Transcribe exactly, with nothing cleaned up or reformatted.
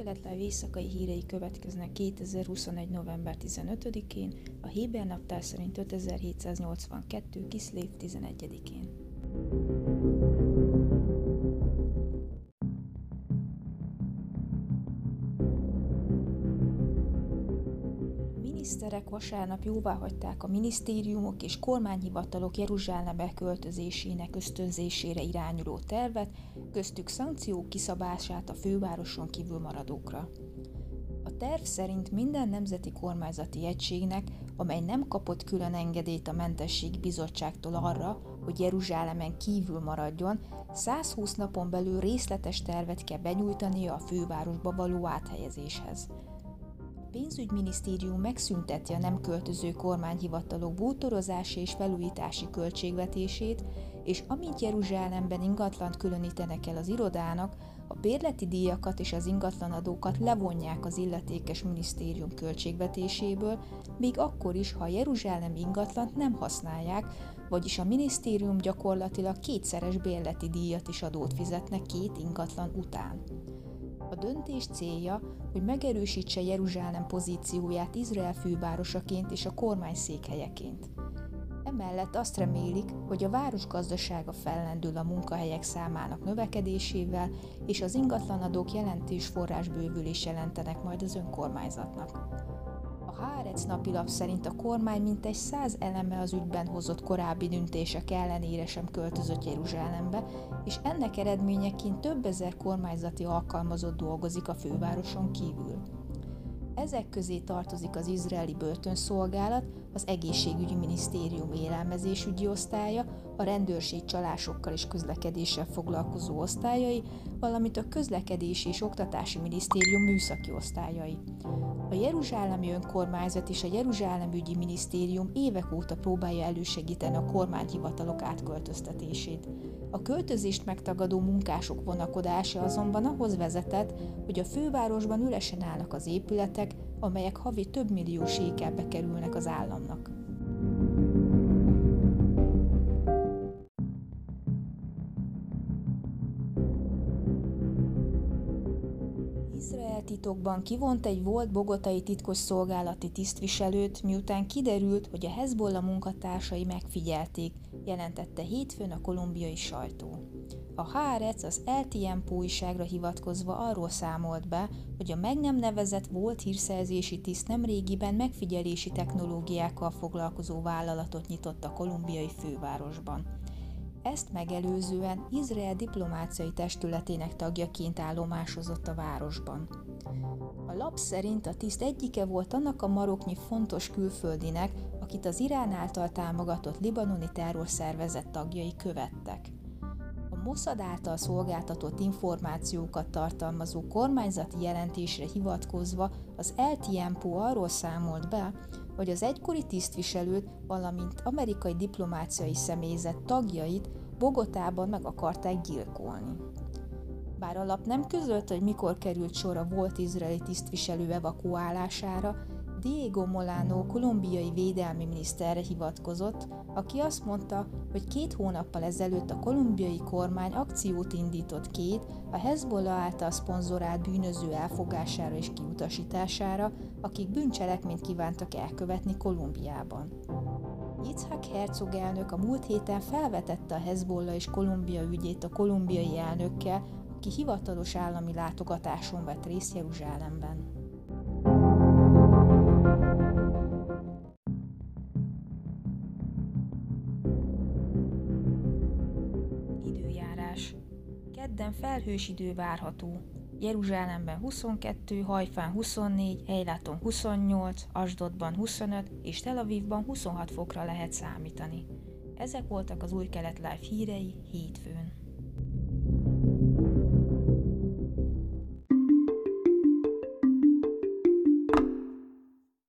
Kelet-Live éjszakai hírei következnek kétezer-huszonegy. november tizenötödikén, a héber naptár szerint ötezer-hétszáznyolcvankettő. Kiszlév tizenegyedikén. A miniszterek vasárnap jóváhagyták a minisztériumok és kormányhivatalok Jeruzsálembe költözésének ösztönzésére irányuló tervet, köztük szankciók kiszabását a fővároson kívül maradókra. A terv szerint minden nemzeti kormányzati egységnek, amely nem kapott külön engedélyt a mentességi bizottságtól arra, hogy Jeruzsálemen kívül maradjon, százhúsz napon belül részletes tervet kell benyújtania a fővárosba való áthelyezéshez. A pénzügyminisztérium megszünteti a nem költöző kormányhivatalok bútorozási és felújítási költségvetését, és amint Jeruzsálemben ingatlant különítenek el az irodának, a bérleti díjakat és az ingatlanadókat levonják az illetékes minisztérium költségvetéséből, még akkor is, ha a jeruzsálemi ingatlant nem használják, vagyis a minisztérium gyakorlatilag kétszeres bérleti díjat is adót fizetnek két ingatlan után. A döntés célja, hogy megerősítse Jeruzsálem pozícióját Izrael fővárosaként és a kormány székhelyeként. Emellett azt remélik, hogy a város gazdasága fellendül a munkahelyek számának növekedésével, és az ingatlanadók jelentős forrásbővülés jelentenek majd az önkormányzatnak. A Haaretz napilap szerint a kormány mintegy száz eleme az ügyben hozott korábbi döntések ellenére sem költözött Jeruzsálembe, és ennek eredményeként több ezer kormányzati alkalmazott dolgozik a fővároson kívül. Ezek közé tartozik az izraeli börtönszolgálat, az egészségügyi minisztérium élelmezésügyi osztálya, a rendőrség csalásokkal és közlekedéssel foglalkozó osztályai, valamint a közlekedési és oktatási minisztérium műszaki osztályai. A jeruzsálemi önkormányzat és a jeruzsálemügyi minisztérium évek óta próbálja elősegíteni a kormányhivatalok átköltöztetését. A költözést megtagadó munkások vonakodása azonban ahhoz vezetett, hogy a fővárosban üresen állnak az épületek, amelyek havi több millió sékelbe kerülnek az államnak. Izrael titokban kivont egy volt bogotai titkosszolgálati tisztviselőt, miután kiderült, hogy a Hezbollah munkatársai megfigyelték, jelentette hétfőn a kolumbiai sajtó. A Haaretz az El Tiempo újságra hivatkozva arról számolt be, hogy a meg nem nevezett volt hírszerzési tiszt nemrégiben megfigyelési technológiákkal foglalkozó vállalatot nyitott a kolumbiai fővárosban. Ezt megelőzően Izrael diplomáciai testületének tagjaként állomásozott a városban. A lap szerint a tiszt egyike volt annak a maroknyi fontos külföldinek, akit az Irán által támogatott libanoni terrorszervezet tagjai követtek. A Mossad által szolgáltatott információkat tartalmazó kormányzati jelentésre hivatkozva az El Tiempo arról számolt be, hogy az egykori tisztviselőt, valamint amerikai diplomáciai személyzet tagjait Bogotában meg akarták gyilkolni. Bár a lap nem közölte, hogy mikor került sor a volt izraeli tisztviselő evakuálására, Diego Molano kolumbiai védelmi miniszterre hivatkozott, aki azt mondta, hogy két hónappal ezelőtt a kolumbiai kormány akciót indított két a Hezbollah által szponzorált bűnöző elfogására és kiutasítására, akik bűncselekményt kívántak elkövetni Kolumbiában. Yitzhak Herzog elnök a múlt héten felvetette a Hezbollah és Kolumbia ügyét a kolumbiai elnökkel, aki hivatalos állami látogatáson vett részt Jeruzsálemben. Időjárás. Kedden felhős idő várható. Jeruzsálemben huszonkettő, Hajfán huszonnégy, Eilaton huszonnyolc, Asdodban huszonöt és Tel Avivban huszonhat fokra lehet számítani. Ezek voltak az új Kelet-Live hírei hétfőn.